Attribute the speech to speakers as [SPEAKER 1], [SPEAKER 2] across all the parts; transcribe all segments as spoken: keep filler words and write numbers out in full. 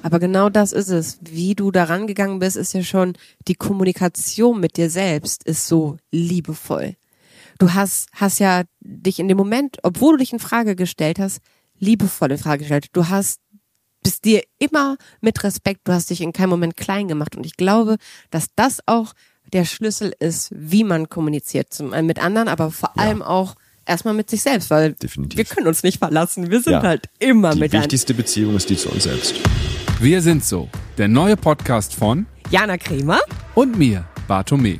[SPEAKER 1] Aber genau das ist es. Wie du da rangegangen bist, ist ja schon, die Kommunikation mit dir selbst ist so liebevoll. Du hast, hast ja dich in dem Moment, obwohl du dich in Frage gestellt hast, liebevoll in Frage gestellt. Du hast, bist dir immer mit Respekt, du hast dich in keinem Moment klein gemacht. Und ich glaube, dass das auch der Schlüssel ist, wie man kommuniziert. Zum einen mit anderen, aber vor ja. allem auch erstmal mit sich selbst, weil Definitiv. wir können uns nicht verlassen. Wir sind ja. halt immer
[SPEAKER 2] die
[SPEAKER 1] mit
[SPEAKER 2] Die wichtigste Beziehung ist die zu uns selbst.
[SPEAKER 3] Wir sind so, der neue Podcast von
[SPEAKER 1] Jana Kremer
[SPEAKER 3] und mir, Bartome.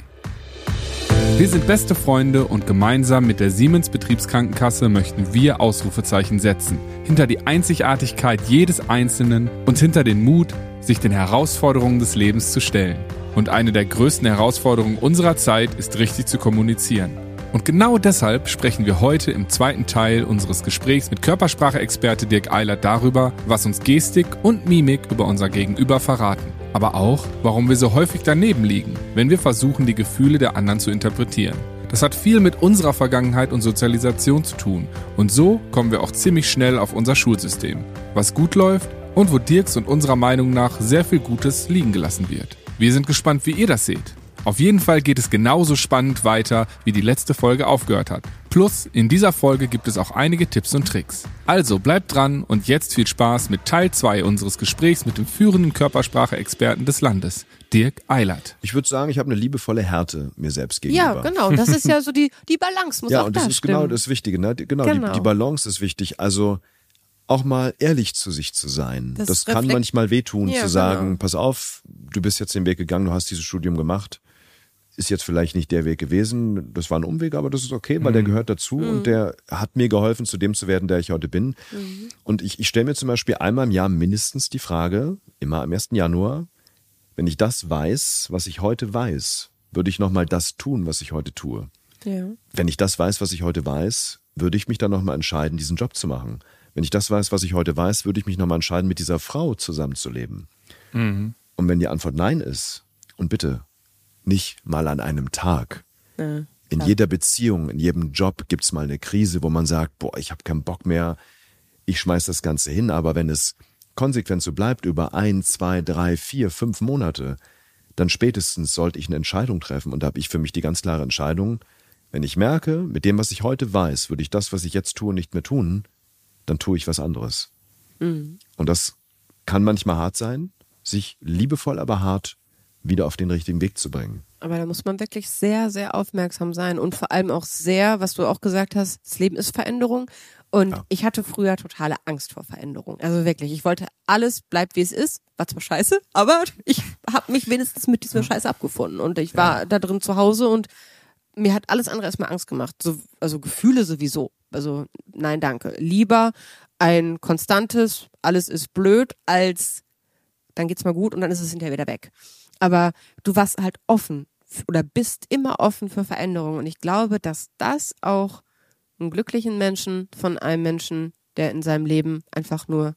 [SPEAKER 3] Wir sind beste Freunde und gemeinsam mit der Siemens Betriebskrankenkasse möchten wir Ausrufezeichen setzen. Hinter die Einzigartigkeit jedes Einzelnen und hinter den Mut, sich den Herausforderungen des Lebens zu stellen. Und eine der größten Herausforderungen unserer Zeit ist, richtig zu kommunizieren. Und genau deshalb sprechen wir heute im zweiten Teil unseres Gesprächs mit Körpersprache-Experte Dirk Eilert darüber, was uns Gestik und Mimik über unser Gegenüber verraten. Aber auch, warum wir so häufig daneben liegen, wenn wir versuchen, die Gefühle der anderen zu interpretieren. Das hat viel mit unserer Vergangenheit und Sozialisation zu tun. Und so kommen wir auch ziemlich schnell auf unser Schulsystem. Was gut läuft und wo Dirks und unserer Meinung nach sehr viel Gutes liegen gelassen wird. Wir sind gespannt, wie ihr das seht. Auf jeden Fall geht es genauso spannend weiter, wie die letzte Folge aufgehört hat. Plus, in dieser Folge gibt es auch einige Tipps und Tricks. Also bleibt dran und jetzt viel Spaß mit Teil zwei unseres Gesprächs mit dem führenden Körpersprache-Experten des Landes, Dirk Eilert.
[SPEAKER 2] Ich würde sagen, ich habe eine liebevolle Härte mir selbst gegenüber.
[SPEAKER 1] Ja, genau. Das ist ja so die, die Balance, muss
[SPEAKER 2] ja,
[SPEAKER 1] auch
[SPEAKER 2] und das
[SPEAKER 1] da
[SPEAKER 2] ist
[SPEAKER 1] stimmen.
[SPEAKER 2] genau das Wichtige. Ne? Genau, genau. Die, die Balance ist wichtig. Also auch mal ehrlich zu sich zu sein. Das, das kann manchmal wehtun, ja, zu sagen, genau. Pass auf, du bist jetzt den Weg gegangen, du hast dieses Studium gemacht. Ist jetzt vielleicht nicht der Weg gewesen, das war ein Umweg, aber das ist okay, weil mhm. der gehört dazu mhm. und der hat mir geholfen, zu dem zu werden, der ich heute bin. Mhm. Und ich, ich stelle mir zum Beispiel einmal im Jahr mindestens die Frage, immer am ersten Januar, wenn ich das weiß, was ich heute weiß, würde ich nochmal das tun, was ich heute tue. Ja. Wenn ich das weiß, was ich heute weiß, würde ich mich dann nochmal entscheiden, diesen Job zu machen. Wenn ich das weiß, was ich heute weiß, würde ich mich nochmal entscheiden, mit dieser Frau zusammenzuleben. Mhm. Und wenn die Antwort nein ist, und bitte, nicht mal an einem Tag. Ja, in jeder Beziehung, in jedem Job gibt's mal eine Krise, wo man sagt, boah, ich habe keinen Bock mehr, ich schmeiß das Ganze hin. Aber wenn es konsequent so bleibt über ein, zwei, drei, vier, fünf Monate, dann spätestens sollte ich eine Entscheidung treffen. Und da habe ich für mich die ganz klare Entscheidung, wenn ich merke, mit dem, was ich heute weiß, würde ich das, was ich jetzt tue, nicht mehr tun, dann tue ich was anderes. Mhm. Und das kann manchmal hart sein, sich liebevoll, aber hart wieder auf den richtigen Weg zu bringen.
[SPEAKER 1] Aber da muss man wirklich sehr, sehr aufmerksam sein und vor allem auch sehr, was du auch gesagt hast, das Leben ist Veränderung und ja. ich hatte früher totale Angst vor Veränderung. Also wirklich, ich wollte, alles bleibt wie es ist, war zwar scheiße, aber ich habe mich wenigstens mit dieser Scheiße abgefunden und ich war ja. da drin zu Hause und mir hat alles andere erstmal Angst gemacht. So, also Gefühle sowieso. Also nein, danke. Lieber ein konstantes, alles ist blöd, als dann geht's mal gut und dann ist es hinterher wieder weg. Aber du warst halt offen oder bist immer offen für Veränderungen. Und ich glaube, dass das auch einen glücklichen Menschen von einem Menschen, der in seinem Leben einfach nur,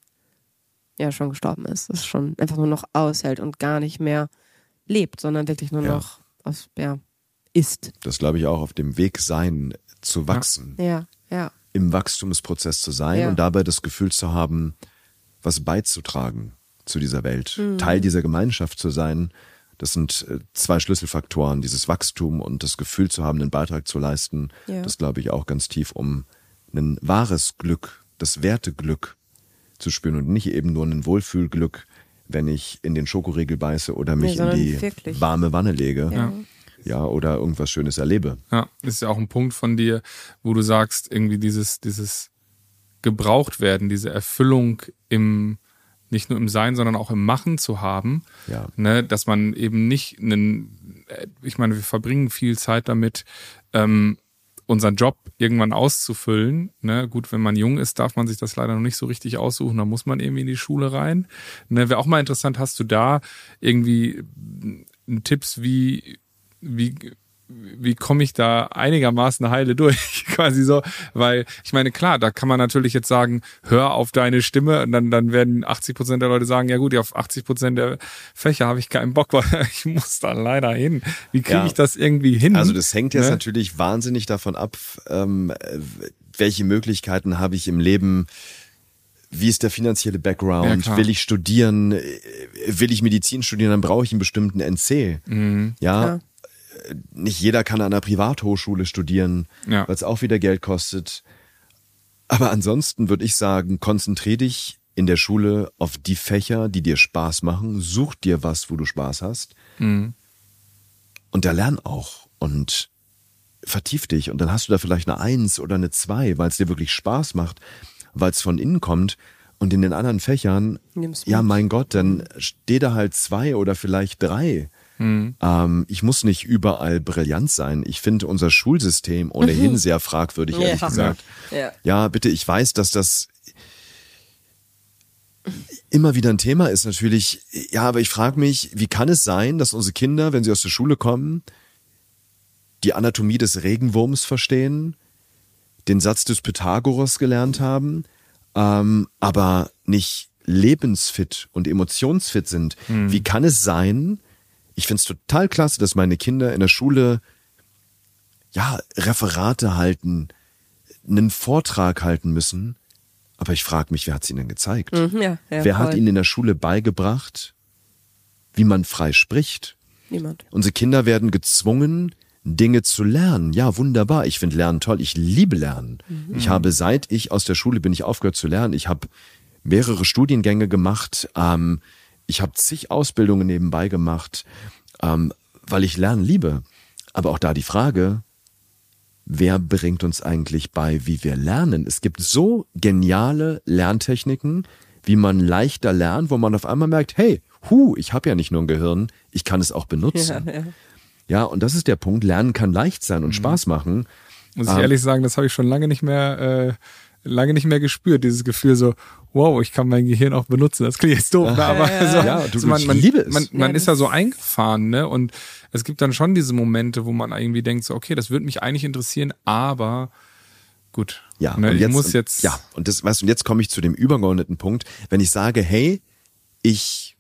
[SPEAKER 1] ja, schon gestorben ist, das schon einfach nur noch aushält und gar nicht mehr lebt, sondern wirklich nur ja. noch aus, ja, ist.
[SPEAKER 2] Das glaube ich auch, auf dem Weg sein, zu wachsen.
[SPEAKER 1] Ja, ja.
[SPEAKER 2] Im Wachstumsprozess zu sein ja. und dabei das Gefühl zu haben, was beizutragen zu dieser Welt, mhm. Teil dieser Gemeinschaft zu sein. Das sind zwei Schlüsselfaktoren, dieses Wachstum und das Gefühl zu haben, einen Beitrag zu leisten. Ja. Das glaube ich auch ganz tief, um ein wahres Glück, das Werteglück zu spüren und nicht eben nur ein Wohlfühlglück, wenn ich in den Schokoriegel beiße oder mich nee, in die wirklich. warme Wanne lege. Ja. Ja, oder irgendwas Schönes erlebe.
[SPEAKER 3] Ja, das ist ja auch ein Punkt von dir, wo du sagst, irgendwie dieses, dieses gebraucht werden, diese Erfüllung im nicht nur im Sein, sondern auch im Machen zu haben,
[SPEAKER 2] ja.
[SPEAKER 3] ne, dass man eben nicht einen, ich meine, wir verbringen viel Zeit damit, ähm, unseren Job irgendwann auszufüllen. Ne, gut, wenn man jung ist, darf man sich das leider noch nicht so richtig aussuchen, da muss man irgendwie in die Schule rein. Ne, wäre auch mal interessant, hast du da irgendwie Tipps, wie, wie, wie komme ich da einigermaßen heile durch, quasi so, weil ich meine, klar, da kann man natürlich jetzt sagen, hör auf deine Stimme und dann, dann werden achtzig Prozent der Leute sagen, ja gut, auf achtzig Prozent der Fächer habe ich keinen Bock, weil ich muss da leider hin. Wie kriege ja. ich das irgendwie hin?
[SPEAKER 2] Also das hängt jetzt ne? natürlich wahnsinnig davon ab, ähm, welche Möglichkeiten habe ich im Leben, wie ist der finanzielle Background, ja, will ich studieren, will ich Medizin studieren, dann brauche ich einen bestimmten N C. Mhm. Ja, ja, nicht jeder kann an einer Privathochschule studieren, ja. weil es auch wieder Geld kostet. Aber ansonsten würde ich sagen, konzentrier dich in der Schule auf die Fächer, die dir Spaß machen, such dir was, wo du Spaß hast mhm. und da lern auch und vertief dich und dann hast du da vielleicht eine Eins oder eine Zwei, weil es dir wirklich Spaß macht, weil es von innen kommt und in den anderen Fächern, ja mein Gott, dann steh da halt zwei oder vielleicht drei. Mhm. Ähm, ich muss nicht überall brillant sein. Ich finde unser Schulsystem ohnehin mhm. sehr fragwürdig, ehrlich ja. gesagt. Ja. ja, bitte, ich weiß, dass das immer wieder ein Thema ist natürlich. Ja, aber ich frage mich, wie kann es sein, dass unsere Kinder, wenn sie aus der Schule kommen, die Anatomie des Regenwurms verstehen, den Satz des Pythagoras gelernt haben, ähm, aber nicht lebensfit und emotionsfit sind. Mhm. Wie kann es sein, ich finde es total klasse, dass meine Kinder in der Schule ja Referate halten, einen Vortrag halten müssen, aber ich frage mich, wer hat es ihnen gezeigt? Mhm, ja, ja, wer voll. Hat ihnen in der Schule beigebracht, wie man frei spricht?
[SPEAKER 1] Niemand.
[SPEAKER 2] Unsere Kinder werden gezwungen, Dinge zu lernen. Ja, wunderbar. Ich finde Lernen toll. Ich liebe Lernen. Mhm. Ich habe, seit ich aus der Schule bin, ich aufgehört zu lernen. Ich habe mehrere Studiengänge gemacht. Ähm, ich habe zig Ausbildungen nebenbei gemacht, ähm, weil ich Lernen liebe. Aber auch da die Frage, wer bringt uns eigentlich bei, wie wir lernen? Es gibt so geniale Lerntechniken, wie man leichter lernt, wo man auf einmal merkt, hey, hu, ich habe ja nicht nur ein Gehirn, ich kann es auch benutzen. Ja, ja. Ja, und das ist der Punkt, Lernen kann leicht sein und mhm. Spaß machen.
[SPEAKER 3] Muss ich ähm, ehrlich sagen, das habe ich schon lange nicht mehr, äh, lange nicht mehr gespürt, dieses Gefühl so, wow, ich kann mein Gehirn auch benutzen. Das klingt jetzt doof, ne? Aber ja, ja, so, ja, du, so man, man, liebe es. man, man ja, ist ja so eingefahren, ne? Und es gibt dann schon diese Momente, wo man irgendwie denkt, so, okay, das würde mich eigentlich interessieren, aber gut.
[SPEAKER 2] Ja,
[SPEAKER 3] ne?
[SPEAKER 2] und
[SPEAKER 3] ich
[SPEAKER 2] jetzt,
[SPEAKER 3] muss jetzt.
[SPEAKER 2] Ja, und das, weißt du, und jetzt komme ich zu dem übergeordneten Punkt, wenn ich sage, hey, ich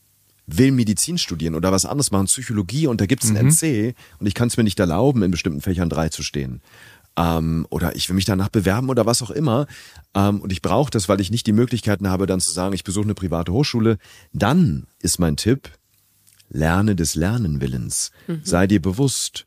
[SPEAKER 2] will Medizin studieren oder was anderes machen, Psychologie, und da gibt's ein mhm. N C und ich kann es mir nicht erlauben, in bestimmten Fächern drei zu stehen. Ähm, oder ich will mich danach bewerben oder was auch immer. Ähm, und ich brauche das, weil ich nicht die Möglichkeiten habe, dann zu sagen, ich besuche eine private Hochschule. Dann ist mein Tipp, lerne des Lernenwillens. Mhm. Sei dir bewusst,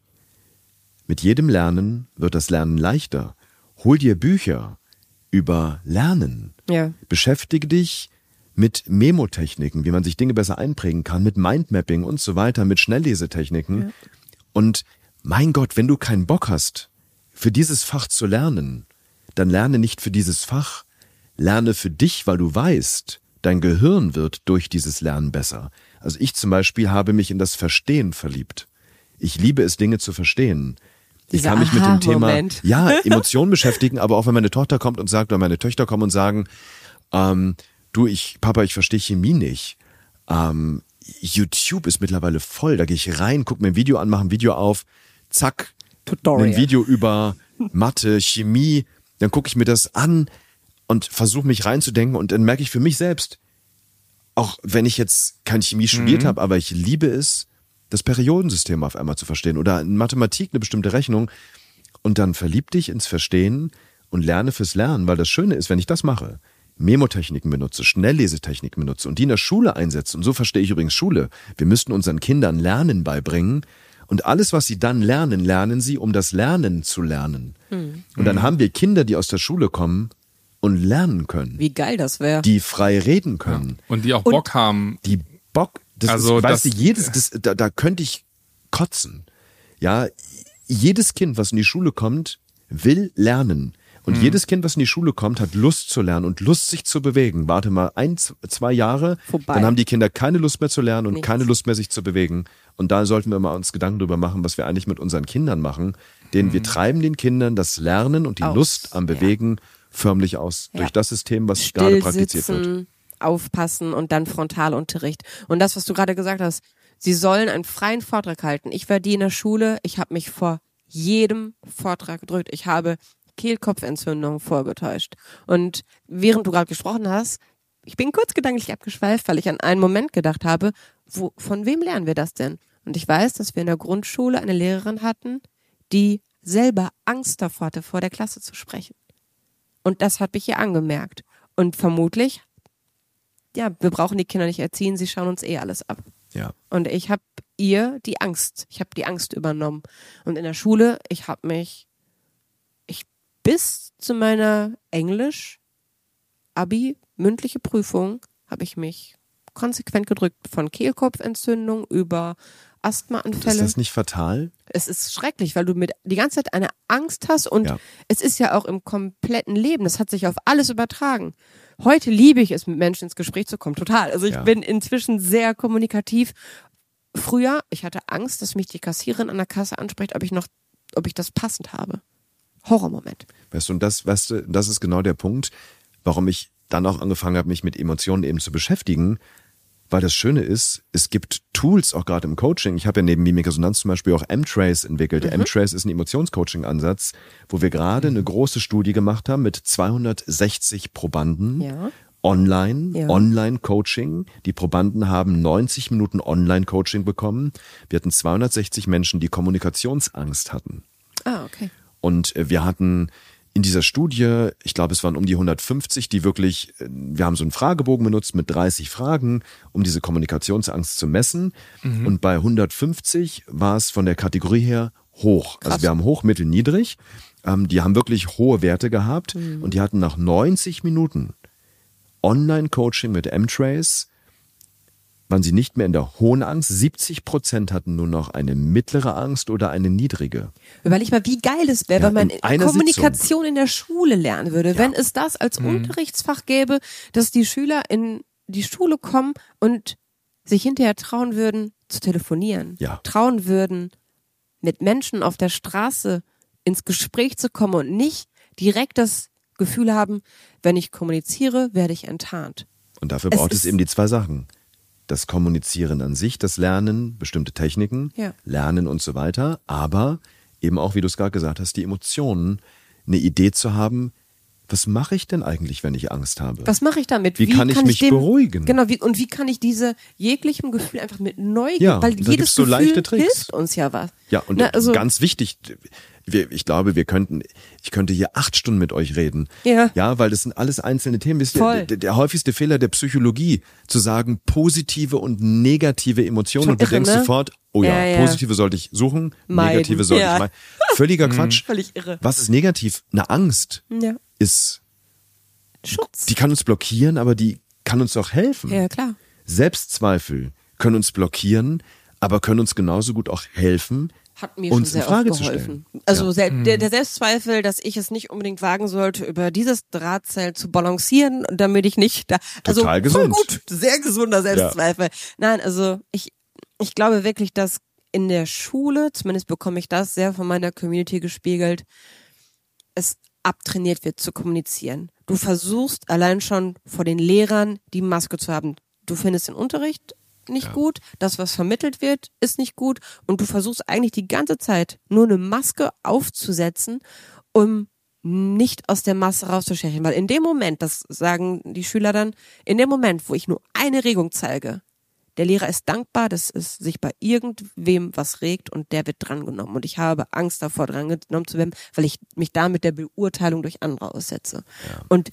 [SPEAKER 2] mit jedem Lernen wird das Lernen leichter. Hol dir Bücher über Lernen.
[SPEAKER 1] Ja.
[SPEAKER 2] Beschäftige dich mit Memotechniken, wie man sich Dinge besser einprägen kann, mit Mindmapping und so weiter, mit Schnelllesetechniken. Ja. Und mein Gott, wenn du keinen Bock hast, für dieses Fach zu lernen, dann lerne nicht für dieses Fach, lerne für dich, weil du weißt, dein Gehirn wird durch dieses Lernen besser. Also ich zum Beispiel habe mich in das Verstehen verliebt. Ich liebe es, Dinge zu verstehen. Ich Dieser kann mich mit dem Thema, ja, Emotionen beschäftigen, aber auch wenn meine Tochter kommt und sagt, oder meine Töchter kommen und sagen, ähm, du, ich, Papa, ich verstehe Chemie nicht. Ähm, YouTube ist mittlerweile voll. Da gehe ich rein, gucke mir ein Video an, mache ein Video auf, zack, Tutorial. Ein Video über Mathe, Chemie. Dann gucke ich mir das an und versuche mich reinzudenken und dann merke ich für mich selbst, auch wenn ich jetzt keine Chemie studiert mhm. habe, aber ich liebe es, das Periodensystem auf einmal zu verstehen oder in Mathematik eine bestimmte Rechnung, und dann verlieb dich ins Verstehen und lerne fürs Lernen, weil das Schöne ist, wenn ich das mache, Memotechniken benutze, Schnelllesetechniken benutze und die in der Schule einsetze. Und so verstehe ich übrigens Schule. Wir müssten unseren Kindern Lernen beibringen und alles, was sie dann lernen, lernen sie, um das Lernen zu lernen. Mhm. Und dann haben wir Kinder, die aus der Schule kommen und lernen können.
[SPEAKER 1] Wie geil das wäre.
[SPEAKER 2] Die frei reden können.
[SPEAKER 3] Ja. Und die auch Bock und haben.
[SPEAKER 2] Die Bock, das also
[SPEAKER 3] ist,
[SPEAKER 2] weißt du, jedes, das, da, da könnte ich kotzen. Ja, jedes Kind, was in die Schule kommt, will lernen. Und mhm. jedes Kind, was in die Schule kommt, hat Lust zu lernen und Lust, sich zu bewegen. Warte mal ein, zwei Jahre, vorbei. Dann haben die Kinder keine Lust mehr zu lernen und Nichts. keine Lust mehr, sich zu bewegen. Und da sollten wir mal uns Gedanken drüber machen, was wir eigentlich mit unseren Kindern machen. Denn mhm. wir treiben den Kindern das Lernen und die aus. Lust am Bewegen ja. förmlich aus. Ja. Durch das System, was
[SPEAKER 1] Still
[SPEAKER 2] gerade praktiziert
[SPEAKER 1] sitzen,
[SPEAKER 2] wird.
[SPEAKER 1] Aufpassen und dann Frontalunterricht. Und das, was du gerade gesagt hast, sie sollen einen freien Vortrag halten. Ich war die in der Schule, ich habe mich vor jedem Vortrag gedrückt. Ich habe Kehlkopfentzündung vorgetäuscht. Und während du gerade gesprochen hast, ich bin kurz gedanklich abgeschweift, weil ich an einen Moment gedacht habe, wo, von wem lernen wir das denn? Und ich weiß, dass wir in der Grundschule eine Lehrerin hatten, die selber Angst davor hatte, vor der Klasse zu sprechen. Und das hat mich ihr angemerkt. Und vermutlich, ja, wir brauchen die Kinder nicht erziehen, sie schauen uns eh alles ab.
[SPEAKER 2] Ja.
[SPEAKER 1] Und ich habe ihr die Angst, ich habe die Angst übernommen. Und in der Schule, ich habe mich, ich bis zu meiner Englisch-Abi, mündliche Prüfung, habe ich mich konsequent gedrückt. Von Kehlkopfentzündung über Asthmaanfälle.
[SPEAKER 2] Ist das nicht fatal?
[SPEAKER 1] Es ist schrecklich, weil du mit die ganze Zeit eine Angst hast und ja. es ist ja auch im kompletten Leben, das hat sich auf alles übertragen. Heute liebe ich es, mit Menschen ins Gespräch zu kommen, total. Also ich ja. bin inzwischen sehr kommunikativ. Früher, ich hatte Angst, dass mich die Kassiererin an der Kasse anspricht, ob ich noch, ob ich das passend habe. Horrormoment.
[SPEAKER 2] Weißt du, und das, weißt du, das ist genau der Punkt, warum ich dann auch angefangen habe, mich mit Emotionen eben zu beschäftigen. Weil das Schöne ist, es gibt Tools, auch gerade im Coaching. Ich habe ja neben Mimikresonanz zum Beispiel auch M-Trace entwickelt. Mhm. M-Trace ist ein Emotionscoaching-Ansatz, wo wir gerade mhm. eine große Studie gemacht haben mit zweihundertsechzig Probanden. Ja. Online, ja. Online-Coaching. Die Probanden haben neunzig Minuten Online-Coaching bekommen. Wir hatten zweihundertsechzig Menschen, die Kommunikationsangst hatten.
[SPEAKER 1] Ah, okay.
[SPEAKER 2] Und wir hatten in dieser Studie, ich glaube, es waren um die hundertfünfzig, die wirklich, wir haben so einen Fragebogen benutzt mit dreißig Fragen, um diese Kommunikationsangst zu messen. Mhm. Und bei hundertfünfzig war es von der Kategorie her hoch. Krass. Also wir haben hoch, mittel, niedrig. Ähm, die haben wirklich hohe Werte gehabt. Mhm. Und die hatten nach neunzig Minuten Online-Coaching mit M-Trace, waren sie nicht mehr in der hohen Angst. siebzig Prozent hatten nur noch eine mittlere Angst oder eine niedrige.
[SPEAKER 1] Überleg mal, wie geil es wäre, ja, wenn man Kommunikation Sitzung. in der Schule lernen würde. Ja. Wenn es das als mhm. Unterrichtsfach gäbe, dass die Schüler in die Schule kommen und sich hinterher trauen würden, zu telefonieren.
[SPEAKER 2] Ja.
[SPEAKER 1] Trauen würden, mit Menschen auf der Straße ins Gespräch zu kommen und nicht direkt das Gefühl haben, wenn ich kommuniziere, werde ich enttarnt.
[SPEAKER 2] Und dafür braucht es, es eben die zwei Sachen. Das Kommunizieren an sich, das Lernen, bestimmte Techniken,
[SPEAKER 1] ja.
[SPEAKER 2] Lernen und so weiter, aber eben auch, wie du es gerade gesagt hast, die Emotionen, eine Idee zu haben, was mache ich denn eigentlich, wenn ich Angst habe?
[SPEAKER 1] Was mache ich damit?
[SPEAKER 2] Wie, wie kann ich kann mich ich dem, beruhigen?
[SPEAKER 1] Genau, wie, und wie kann ich diese jeglichem Gefühl einfach mit Neugier,
[SPEAKER 2] ja,
[SPEAKER 1] weil jedes
[SPEAKER 2] so
[SPEAKER 1] Gefühl
[SPEAKER 2] leichte Tricks.
[SPEAKER 1] hilft uns ja was.
[SPEAKER 2] Ja, und Na, also, ganz wichtig, wir, ich glaube, wir könnten, ich könnte hier acht Stunden mit euch reden.
[SPEAKER 1] Ja.
[SPEAKER 2] Ja, weil das sind alles einzelne Themen. Das ist der, der, der häufigste Fehler der Psychologie, zu sagen, positive und negative Emotionen. Schon und du irre, denkst ne? sofort, oh ja, ja, ja, positive sollte ich suchen,
[SPEAKER 1] meiden.
[SPEAKER 2] Negative sollte
[SPEAKER 1] ja.
[SPEAKER 2] ich meiden. Völliger Quatsch.
[SPEAKER 1] Völlig irre.
[SPEAKER 2] Was ist negativ? Eine Angst
[SPEAKER 1] ja.
[SPEAKER 2] ist
[SPEAKER 1] Schutz.
[SPEAKER 2] Die kann uns blockieren, aber die kann uns auch helfen.
[SPEAKER 1] Ja, klar.
[SPEAKER 2] Selbstzweifel können uns blockieren, aber können uns genauso gut auch helfen,
[SPEAKER 1] Hat mir
[SPEAKER 2] uns
[SPEAKER 1] schon sehr
[SPEAKER 2] in Frage
[SPEAKER 1] oft
[SPEAKER 2] zu
[SPEAKER 1] geholfen.
[SPEAKER 2] stellen.
[SPEAKER 1] Also
[SPEAKER 2] ja.
[SPEAKER 1] sel- der, der Selbstzweifel, dass ich es nicht unbedingt wagen sollte, über dieses Drahtseil zu balancieren, damit ich nicht da. Also
[SPEAKER 2] Total
[SPEAKER 1] voll
[SPEAKER 2] gesund.
[SPEAKER 1] gut, sehr gesunder Selbstzweifel. Ja. Nein, also ich, ich glaube wirklich, dass in der Schule, zumindest bekomme ich das sehr von meiner Community gespiegelt, es abtrainiert wird zu kommunizieren. Du versuchst allein schon vor den Lehrern die Maske zu haben. Du findest den Unterricht nicht ja. gut, das, was vermittelt wird, ist nicht gut und du versuchst eigentlich die ganze Zeit nur eine Maske aufzusetzen, um nicht aus der Masse rauszustechen. Weil in dem Moment, das sagen die Schüler dann, in dem Moment, wo ich nur eine Regung zeige, der Lehrer ist dankbar, dass es sich bei irgendwem was regt und der wird drangenommen. Und ich habe Angst davor, drangenommen zu werden, weil ich mich da mit der Beurteilung durch andere aussetze.
[SPEAKER 2] Ja.
[SPEAKER 1] Und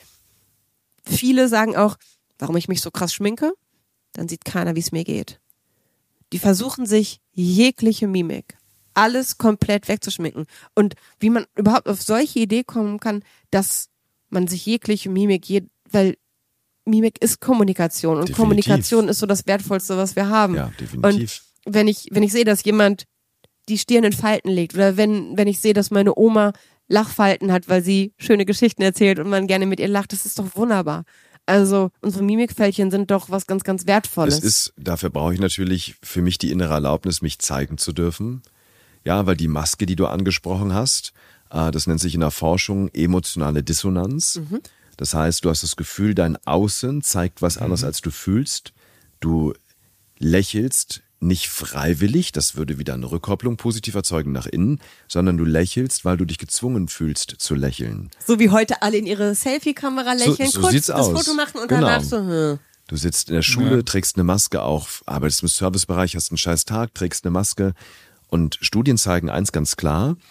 [SPEAKER 1] viele sagen auch, warum ich mich so krass schminke, dann sieht keiner, wie es mir geht. Die versuchen sich jegliche Mimik, alles komplett wegzuschminken. Und wie man überhaupt auf solche Idee kommen kann, dass man sich jegliche Mimik, je, weil Mimik ist Kommunikation und definitiv. Kommunikation ist so das Wertvollste, was wir haben.
[SPEAKER 2] Ja, definitiv.
[SPEAKER 1] Und wenn ich, wenn ich sehe, dass jemand die Stirn in Falten legt oder wenn, wenn ich sehe, dass meine Oma Lachfalten hat, weil sie schöne Geschichten erzählt und man gerne mit ihr lacht, das ist doch wunderbar. Also unsere Mimikfältchen sind doch was ganz, ganz Wertvolles.
[SPEAKER 2] Es ist, dafür brauche ich natürlich für mich die innere Erlaubnis, mich zeigen zu dürfen. Ja, weil die Maske, die du angesprochen hast, das nennt sich in der Forschung emotionale Dissonanz. Mhm. Das heißt, du hast das Gefühl, dein Außen zeigt was anderes, mhm. als du fühlst. Du lächelst nicht freiwillig, das würde wieder eine Rückkopplung positiv erzeugen nach innen, sondern du lächelst, weil du dich gezwungen fühlst zu lächeln.
[SPEAKER 1] So wie heute alle in ihre Selfie-Kamera lächeln,
[SPEAKER 2] so, so
[SPEAKER 1] kurz
[SPEAKER 2] sieht's
[SPEAKER 1] das
[SPEAKER 2] aus.
[SPEAKER 1] Foto machen und
[SPEAKER 2] genau.
[SPEAKER 1] danach so, hm.
[SPEAKER 2] Du sitzt in der Schule, ja. trägst eine Maske auf, arbeitest im Servicebereich, hast einen scheiß Tag, trägst eine Maske. Und Studien zeigen eins ganz klar,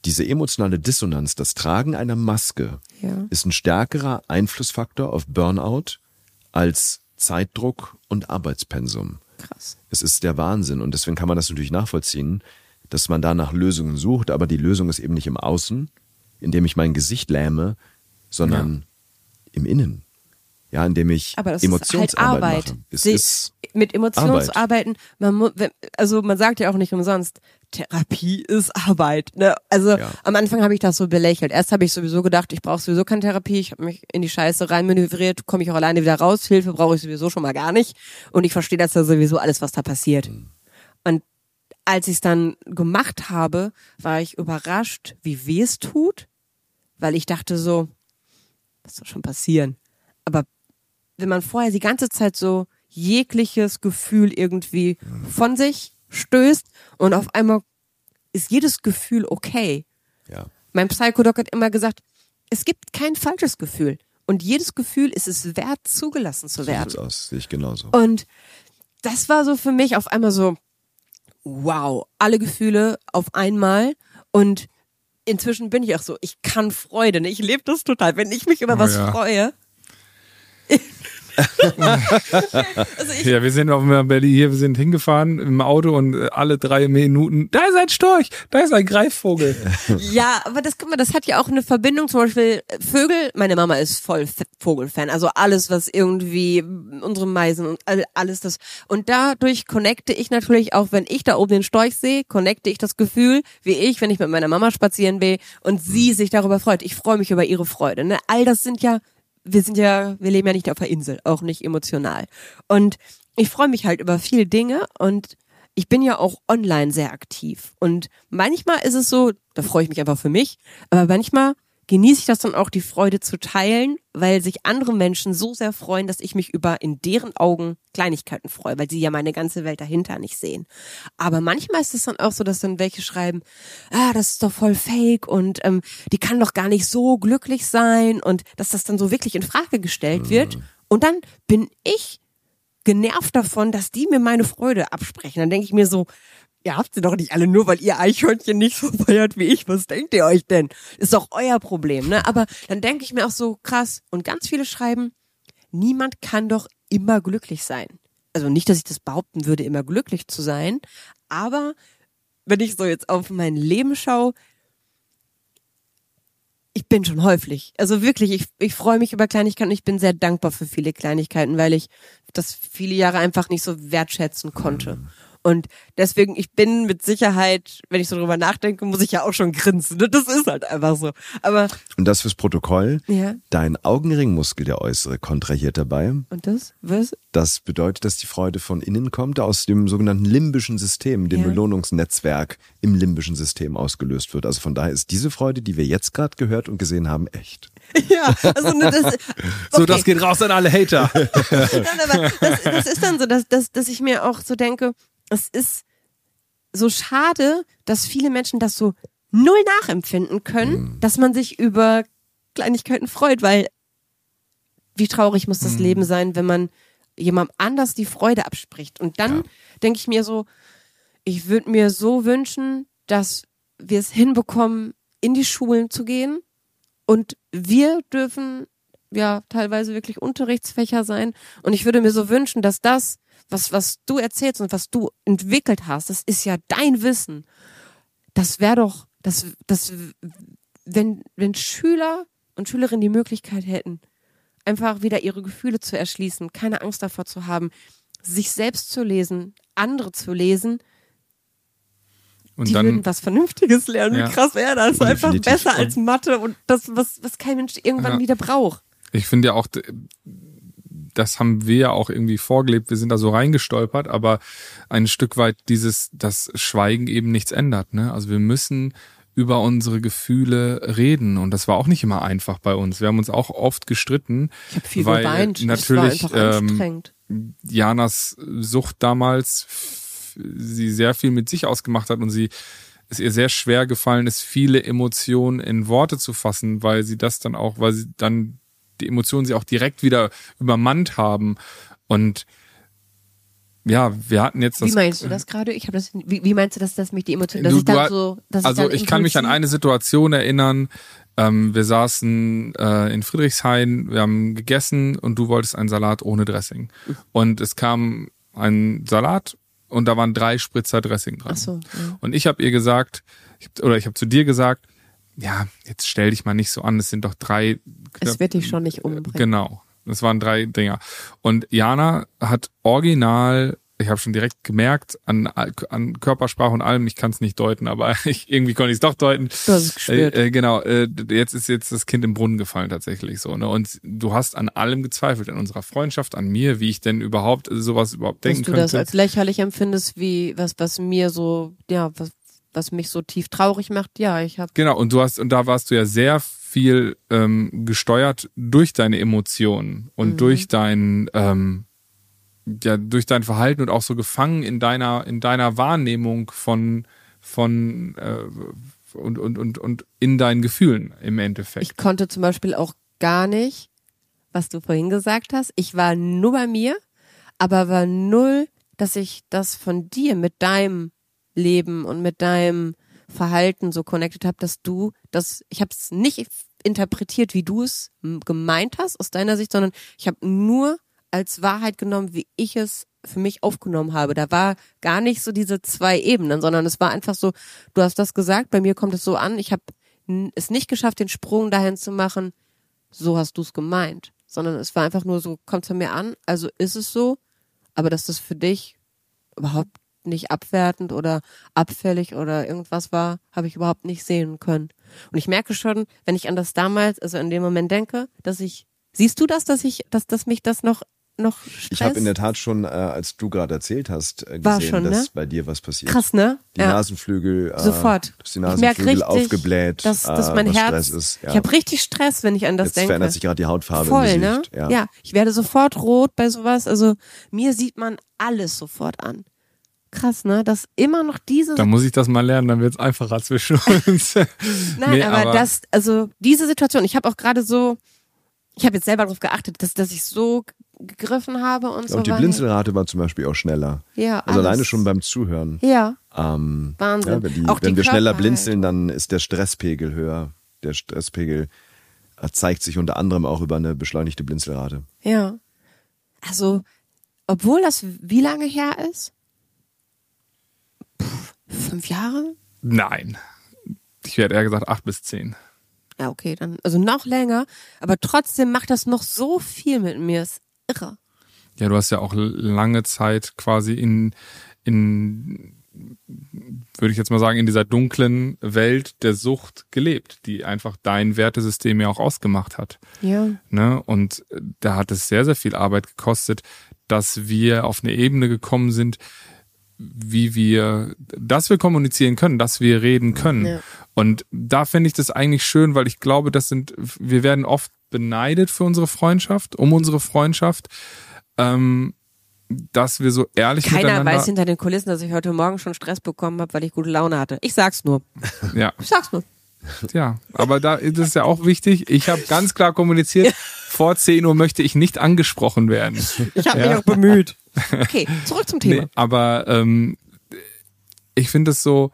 [SPEAKER 2] diese emotionale Dissonanz, das Tragen einer Maske, ja. ist ein stärkerer Einflussfaktor auf Burnout als Zeitdruck und Arbeitspensum.
[SPEAKER 1] Krass.
[SPEAKER 2] Es ist der Wahnsinn und deswegen kann man das natürlich nachvollziehen, dass man da nach Lösungen sucht, aber die Lösung ist eben nicht im Außen, indem ich mein Gesicht lähme, sondern ja. im Innen. Ja, indem ich
[SPEAKER 1] aber das
[SPEAKER 2] Emotionsarbeit
[SPEAKER 1] ist halt Arbeit.
[SPEAKER 2] mache. Es
[SPEAKER 1] Sie,
[SPEAKER 2] ist
[SPEAKER 1] mit Emotionsarbeiten, man muss, also man sagt ja auch nicht umsonst, Therapie ist Arbeit. Ne? Also ja. am Anfang habe ich das so belächelt. Erst habe ich sowieso gedacht, ich brauche sowieso keine Therapie. Ich habe mich in die Scheiße reinmanövriert, komme ich auch alleine wieder raus. Hilfe brauche ich sowieso schon mal gar nicht. Und ich verstehe das ja sowieso alles, was da passiert. Mhm. Und als ich es dann gemacht habe, war ich überrascht, wie weh es tut, weil ich dachte so, was soll schon passieren? Aber wenn man vorher die ganze Zeit so jegliches Gefühl irgendwie von sich stößt und auf einmal ist jedes Gefühl okay.
[SPEAKER 2] Ja.
[SPEAKER 1] Mein Psychodoc hat immer gesagt, es gibt kein falsches Gefühl und jedes Gefühl ist es wert, zugelassen zu werden.
[SPEAKER 2] So sieht's aus, sehe ich genauso.
[SPEAKER 1] Und das war so für mich auf einmal so, wow, alle Gefühle auf einmal und inzwischen bin ich auch so, ich kann Freude, ne? Ich lebe das total, wenn ich mich über oh, was ja. freue.
[SPEAKER 3] also ich, ja, wir sind auf Berlin hier, wir sind hingefahren im Auto und alle drei Minuten, da ist ein Storch, da ist ein Greifvogel.
[SPEAKER 1] Ja, aber das, guck mal, das hat ja auch eine Verbindung, zum Beispiel Vögel, meine Mama ist voll Vogelfan, also alles, was irgendwie, unsere Meisen und alles das, und dadurch connecte ich natürlich auch, wenn ich da oben den Storch sehe, connecte ich das Gefühl, wie ich, wenn ich mit meiner Mama spazieren will und sie sich darüber freut. Ich freue mich über ihre Freude, ne? All das sind ja Wir sind ja, wir leben ja nicht auf der Insel, auch nicht emotional. Und ich freue mich halt über viele Dinge und ich bin ja auch online sehr aktiv. Und manchmal ist es so, da freue ich mich einfach für mich, aber manchmal genieße ich das dann auch, die Freude zu teilen, weil sich andere Menschen so sehr freuen, dass ich mich über in deren Augen Kleinigkeiten freue, weil sie ja meine ganze Welt dahinter nicht sehen. Aber manchmal ist es dann auch so, dass dann welche schreiben, ah, das ist doch voll fake und ähm, die kann doch gar nicht so glücklich sein und dass das dann so wirklich in Frage gestellt wird. Und dann bin ich genervt davon, dass die mir meine Freude absprechen. Dann denke ich mir so, ihr habt sie doch nicht alle nur, weil ihr Eichhörnchen nicht so feiert wie ich. Was denkt ihr euch denn? Ist doch euer Problem, ne? Aber dann denke ich mir auch so, krass. Und ganz viele schreiben, niemand kann doch immer glücklich sein. Also nicht, dass ich das behaupten würde, immer glücklich zu sein. Aber wenn ich so jetzt auf mein Leben schaue, ich bin schon häufig. Also wirklich, ich, ich freue mich über Kleinigkeiten und ich bin sehr dankbar für viele Kleinigkeiten, weil ich das viele Jahre einfach nicht so wertschätzen konnte. Und deswegen, ich bin mit Sicherheit, wenn ich so drüber nachdenke, muss ich ja auch schon grinsen. Das ist halt einfach so. Aber
[SPEAKER 2] und das fürs Protokoll,
[SPEAKER 1] ja.
[SPEAKER 2] Dein Augenringmuskel, der äußere, kontrahiert dabei.
[SPEAKER 1] Und das? Was?
[SPEAKER 2] Das bedeutet, dass die Freude von innen kommt, aus dem sogenannten limbischen System, dem ja. Belohnungsnetzwerk im limbischen System ausgelöst wird. Also von daher ist diese Freude, die wir jetzt gerade gehört und gesehen haben, echt.
[SPEAKER 1] Ja, also ne, das, okay.
[SPEAKER 3] So, das geht raus an alle Hater.
[SPEAKER 1] Nein, aber das, das ist dann so, dass, dass, dass ich mir auch so denke, es ist so schade, dass viele Menschen das so null nachempfinden können, mhm. dass man sich über Kleinigkeiten freut, weil wie traurig muss das mhm. Leben sein, wenn man jemandem anders die Freude abspricht. Und dann ja. denke ich mir so, ich würde mir so wünschen, dass wir es hinbekommen, in die Schulen zu gehen und wir dürfen ja teilweise wirklich Unterrichtsfächer sein und ich würde mir so wünschen, dass das Was, was du erzählst und was du entwickelt hast, das ist ja dein Wissen. Das wäre doch, das, das, wenn, wenn Schüler und Schülerinnen die Möglichkeit hätten, einfach wieder ihre Gefühle zu erschließen, keine Angst davor zu haben, sich selbst zu lesen, andere zu lesen, und die dann, würden was Vernünftiges lernen. Ja. Wie krass wäre das? Einfach definitiv. Besser als Mathe und das, was, was kein Mensch irgendwann ja. wieder braucht.
[SPEAKER 3] Ich finde ja auch, das haben wir ja auch irgendwie vorgelebt, wir sind da so reingestolpert, aber ein Stück weit dieses, das Schweigen eben nichts ändert, ne? Also wir müssen über unsere Gefühle reden und das war auch nicht immer einfach bei uns. Wir haben uns auch oft gestritten.
[SPEAKER 1] Ich habe viel
[SPEAKER 3] weil
[SPEAKER 1] geweint,
[SPEAKER 3] natürlich
[SPEAKER 1] das war einfach anstrengend.
[SPEAKER 3] Ähm, Janas Sucht damals f- sie sehr viel mit sich ausgemacht hat und sie es ihr sehr schwer gefallen ist, viele Emotionen in Worte zu fassen, weil sie das dann auch, weil sie dann die Emotionen sie auch direkt wieder übermannt haben. Und ja, wir hatten jetzt das.
[SPEAKER 1] Wie meinst du das gerade? Ich habe das. Wie, wie meinst du, dass das mich die Emotionen, dass du, ich dann so, dass
[SPEAKER 3] also
[SPEAKER 1] ich, dann
[SPEAKER 3] ich kann mich an eine Situation erinnern. Ähm, wir saßen äh, in Friedrichshain, wir haben gegessen und du wolltest einen Salat ohne Dressing. Und es kam ein Salat und da waren drei Spritzer Dressing dran.
[SPEAKER 1] Ach so, ja.
[SPEAKER 3] Und ich habe ihr gesagt, ich, oder ich habe zu dir gesagt, ja, jetzt stell dich mal nicht so an, es sind doch drei.
[SPEAKER 1] Es wird dich schon nicht umbringen.
[SPEAKER 3] Genau, es waren drei Dinger. Und Jana hat original, ich habe schon direkt gemerkt, an, an Körpersprache und allem, ich kann es nicht deuten, aber ich, irgendwie konnte ich es doch deuten.
[SPEAKER 1] Du hast es gespürt.
[SPEAKER 3] Äh, äh, genau, äh, jetzt ist jetzt das Kind im Brunnen gefallen tatsächlich so. Ne? Und du hast an allem gezweifelt, an unserer Freundschaft, an mir, wie ich denn überhaupt sowas überhaupt denken
[SPEAKER 1] könnte.
[SPEAKER 3] könnte.
[SPEAKER 1] Dass du das als lächerlich empfindest, wie was was mir so, ja, was was mich so tief traurig macht, ja, ich habe.
[SPEAKER 3] Genau, und du hast, und da warst du ja sehr viel ähm, gesteuert durch deine Emotionen und mhm. durch dein ähm, ja durch dein Verhalten und auch so gefangen in deiner in deiner Wahrnehmung von von äh, und und und und in deinen Gefühlen im Endeffekt.
[SPEAKER 1] Ich konnte zum Beispiel auch gar nicht, was du vorhin gesagt hast. Ich war nur bei mir, aber war null, dass ich das von dir mit deinem Leben und mit deinem Verhalten so connected habe, dass du das, ich habe es nicht interpretiert, wie du es gemeint hast aus deiner Sicht, sondern ich habe nur als Wahrheit genommen, wie ich es für mich aufgenommen habe. Da war gar nicht so diese zwei Ebenen, sondern es war einfach so, du hast das gesagt, bei mir kommt es so an, ich habe es nicht geschafft, den Sprung dahin zu machen, so hast du es gemeint, sondern es war einfach nur so, kommt es bei mir an, also ist es so, aber dass das für dich überhaupt nicht abwertend oder abfällig oder irgendwas war, habe ich überhaupt nicht sehen können. Und ich merke schon, wenn ich an das damals, also in dem Moment denke, dass ich, siehst du das, dass ich, dass, dass mich das noch noch Stress?
[SPEAKER 2] Ich habe in der Tat schon, äh, als du gerade erzählt hast, äh, gesehen,
[SPEAKER 1] schon, ne?
[SPEAKER 2] dass bei dir was passiert.
[SPEAKER 1] Krass, ne?
[SPEAKER 2] Die
[SPEAKER 1] ja.
[SPEAKER 2] Nasenflügel, äh,
[SPEAKER 1] sofort.
[SPEAKER 2] dass die Nasenflügel
[SPEAKER 1] richtig,
[SPEAKER 2] aufgebläht,
[SPEAKER 1] dass, dass
[SPEAKER 2] äh,
[SPEAKER 1] mein
[SPEAKER 2] was
[SPEAKER 1] Herz,
[SPEAKER 2] Stress ist. Ja.
[SPEAKER 1] Ich habe richtig Stress, wenn ich an das
[SPEAKER 2] Jetzt
[SPEAKER 1] denke.
[SPEAKER 2] verändert sich gerade die Hautfarbe
[SPEAKER 1] Voll,
[SPEAKER 2] im Gesicht.
[SPEAKER 1] Ne?
[SPEAKER 2] Ja.
[SPEAKER 1] ja, ich werde sofort rot bei sowas. Also mir sieht man alles sofort an. Krass, ne? Dass immer noch diese.
[SPEAKER 3] Da muss ich das mal lernen, dann wird's einfacher zwischen uns.
[SPEAKER 1] Nein,
[SPEAKER 3] nee,
[SPEAKER 1] aber, aber das, also diese Situation, ich habe auch gerade so, ich habe jetzt selber darauf geachtet, dass, dass ich so gegriffen habe und, und so.
[SPEAKER 2] Und die
[SPEAKER 1] weiter.
[SPEAKER 2] Blinzelrate war zum Beispiel auch schneller.
[SPEAKER 1] Ja,
[SPEAKER 2] also
[SPEAKER 1] alles.
[SPEAKER 2] alleine schon beim Zuhören.
[SPEAKER 1] Ja.
[SPEAKER 2] Ähm,
[SPEAKER 1] Wahnsinn.
[SPEAKER 2] Ja, wenn die,
[SPEAKER 1] auch
[SPEAKER 2] wenn
[SPEAKER 1] die
[SPEAKER 2] wir schneller
[SPEAKER 1] Körper
[SPEAKER 2] blinzeln,
[SPEAKER 1] halt.
[SPEAKER 2] dann ist der Stresspegel höher. Der Stresspegel zeigt sich unter anderem auch über eine beschleunigte Blinzelrate.
[SPEAKER 1] Ja. Also, obwohl das wie lange her ist? Puh, fünf Jahre?
[SPEAKER 3] Nein. Ich hätte eher gesagt acht bis zehn.
[SPEAKER 1] Ja, okay, dann, also noch länger, aber trotzdem macht das noch so viel mit mir, ist irre.
[SPEAKER 3] Ja, du hast ja auch lange Zeit quasi in, in, würde ich jetzt mal sagen, in dieser dunklen Welt der Sucht gelebt, die einfach dein Wertesystem ja auch ausgemacht hat.
[SPEAKER 1] Ja.
[SPEAKER 3] Ne? Und da hat es sehr, sehr viel Arbeit gekostet, dass wir auf eine Ebene gekommen sind, wie wir, dass wir kommunizieren können, dass wir reden können. Ja. Und da finde ich das eigentlich schön, weil ich glaube, das sind, wir werden oft beneidet für unsere Freundschaft, um unsere Freundschaft, ähm, dass wir so ehrlich
[SPEAKER 1] Keiner
[SPEAKER 3] miteinander...
[SPEAKER 1] Keiner weiß hinter den Kulissen, dass ich heute Morgen schon Stress bekommen habe, weil ich gute Laune hatte. Ich sag's nur.
[SPEAKER 3] Ja.
[SPEAKER 1] Ich sag's nur.
[SPEAKER 3] Ja, aber da ist es ja auch wichtig, ich habe ganz klar kommuniziert, vor zehn Uhr möchte ich nicht angesprochen werden.
[SPEAKER 1] Ich habe
[SPEAKER 3] ja.
[SPEAKER 1] mich auch bemüht. Okay, zurück zum Thema.
[SPEAKER 3] Nee, aber ähm, ich finde es so,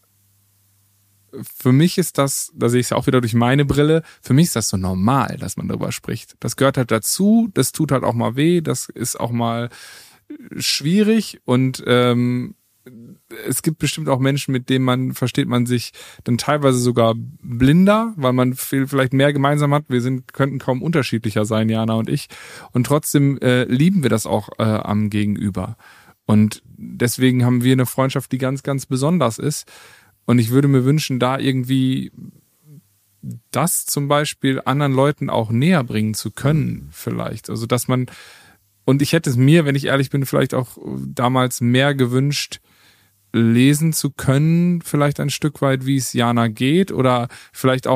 [SPEAKER 3] für mich ist das, da sehe ich es ja auch wieder durch meine Brille, für mich ist das so normal, dass man darüber spricht. Das gehört halt dazu, das tut halt auch mal weh, das ist auch mal schwierig und ähm, es gibt bestimmt auch Menschen, mit denen man, versteht man sich dann teilweise sogar blinder, weil man viel, vielleicht mehr gemeinsam hat. Wir sind, könnten kaum unterschiedlicher sein, Jana und ich. Und trotzdem äh, lieben wir das auch äh, am Gegenüber. Und deswegen haben wir eine Freundschaft, die ganz, ganz besonders ist. Und ich würde mir wünschen, da irgendwie das zum Beispiel anderen Leuten auch näher bringen zu können, vielleicht. Also, dass man, und ich hätte es mir, wenn ich ehrlich bin, vielleicht auch damals mehr gewünscht, lesen zu können, vielleicht ein Stück weit, wie es Jana geht oder vielleicht auch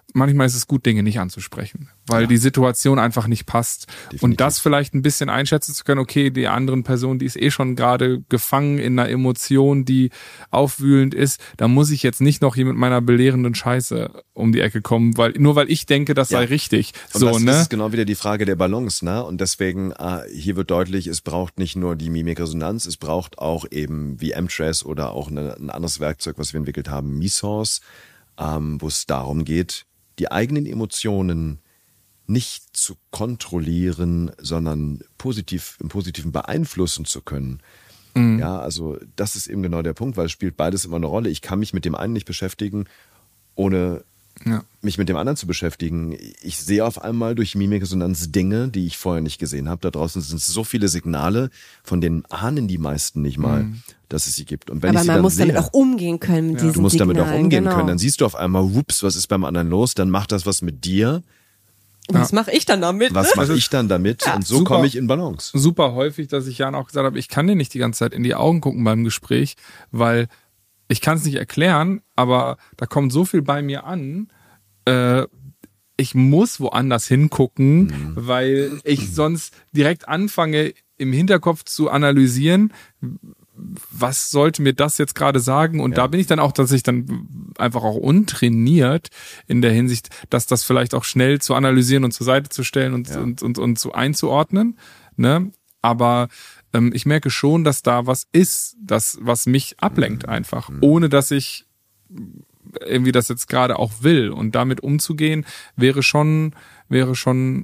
[SPEAKER 3] manchmal ist es gut, Dinge nicht anzusprechen, weil ja. die Situation einfach nicht passt. Definitiv. Und das vielleicht ein bisschen einschätzen zu können, okay, die anderen Person, die ist eh schon gerade gefangen in einer Emotion, die aufwühlend ist, da muss ich jetzt nicht noch hier mit meiner belehrenden Scheiße um die Ecke kommen, weil nur weil ich denke, das ja. sei richtig.
[SPEAKER 2] Und
[SPEAKER 3] so,
[SPEAKER 2] das,
[SPEAKER 3] ne?
[SPEAKER 2] das ist genau wieder die Frage der Balance, ne? Und deswegen, äh, hier wird deutlich, es braucht nicht nur die Mimikresonanz, es braucht auch eben wie M-Trace oder auch eine, ein anderes Werkzeug, was wir entwickelt haben, Mesource, ähm, wo es darum geht, die eigenen Emotionen nicht zu kontrollieren, sondern positiv, im Positiven beeinflussen zu können. Mhm. Ja, also das ist eben genau der Punkt, weil es spielt beides immer eine Rolle. Ich kann mich mit dem einen nicht beschäftigen, ohne ja. mich mit dem anderen zu beschäftigen. Ich sehe auf einmal durch Mimikresonanz Dinge, die ich vorher nicht gesehen habe. Da draußen sind so viele Signale, von denen ahnen die meisten nicht mal, mhm. dass es sie gibt. Und wenn
[SPEAKER 1] Aber
[SPEAKER 2] ich sie
[SPEAKER 1] man
[SPEAKER 2] dann
[SPEAKER 1] muss
[SPEAKER 2] sehe,
[SPEAKER 1] damit auch umgehen können mit
[SPEAKER 2] ja.
[SPEAKER 1] diesen
[SPEAKER 2] Du musst
[SPEAKER 1] Signalen,
[SPEAKER 2] damit auch umgehen
[SPEAKER 1] genau.
[SPEAKER 2] können. Dann siehst du auf einmal, whoops, was ist beim anderen los? Dann macht das was mit dir.
[SPEAKER 1] Was ja. mache ich dann damit?
[SPEAKER 2] Was mache ich dann damit? Ja. Und so komme ich in Balance.
[SPEAKER 3] Super häufig, dass ich Jan auch gesagt habe, ich kann dir nicht die ganze Zeit in die Augen gucken beim Gespräch, weil ich kann es nicht erklären, aber da kommt so viel bei mir an, äh, ich muss woanders hingucken, mhm. weil ich sonst direkt anfange, im Hinterkopf zu analysieren, was sollte mir das jetzt gerade sagen? Und ja. da bin ich dann auch, dass ich dann einfach auch untrainiert in der Hinsicht, dass das vielleicht auch schnell zu analysieren und zur Seite zu stellen und, ja. und, und, und zu einzuordnen. Ne? Aber ähm, ich merke schon, dass da was ist, das, was mich ablenkt mhm. einfach, mhm. ohne dass ich irgendwie das jetzt gerade auch will. Und damit umzugehen, wäre schon, wäre schon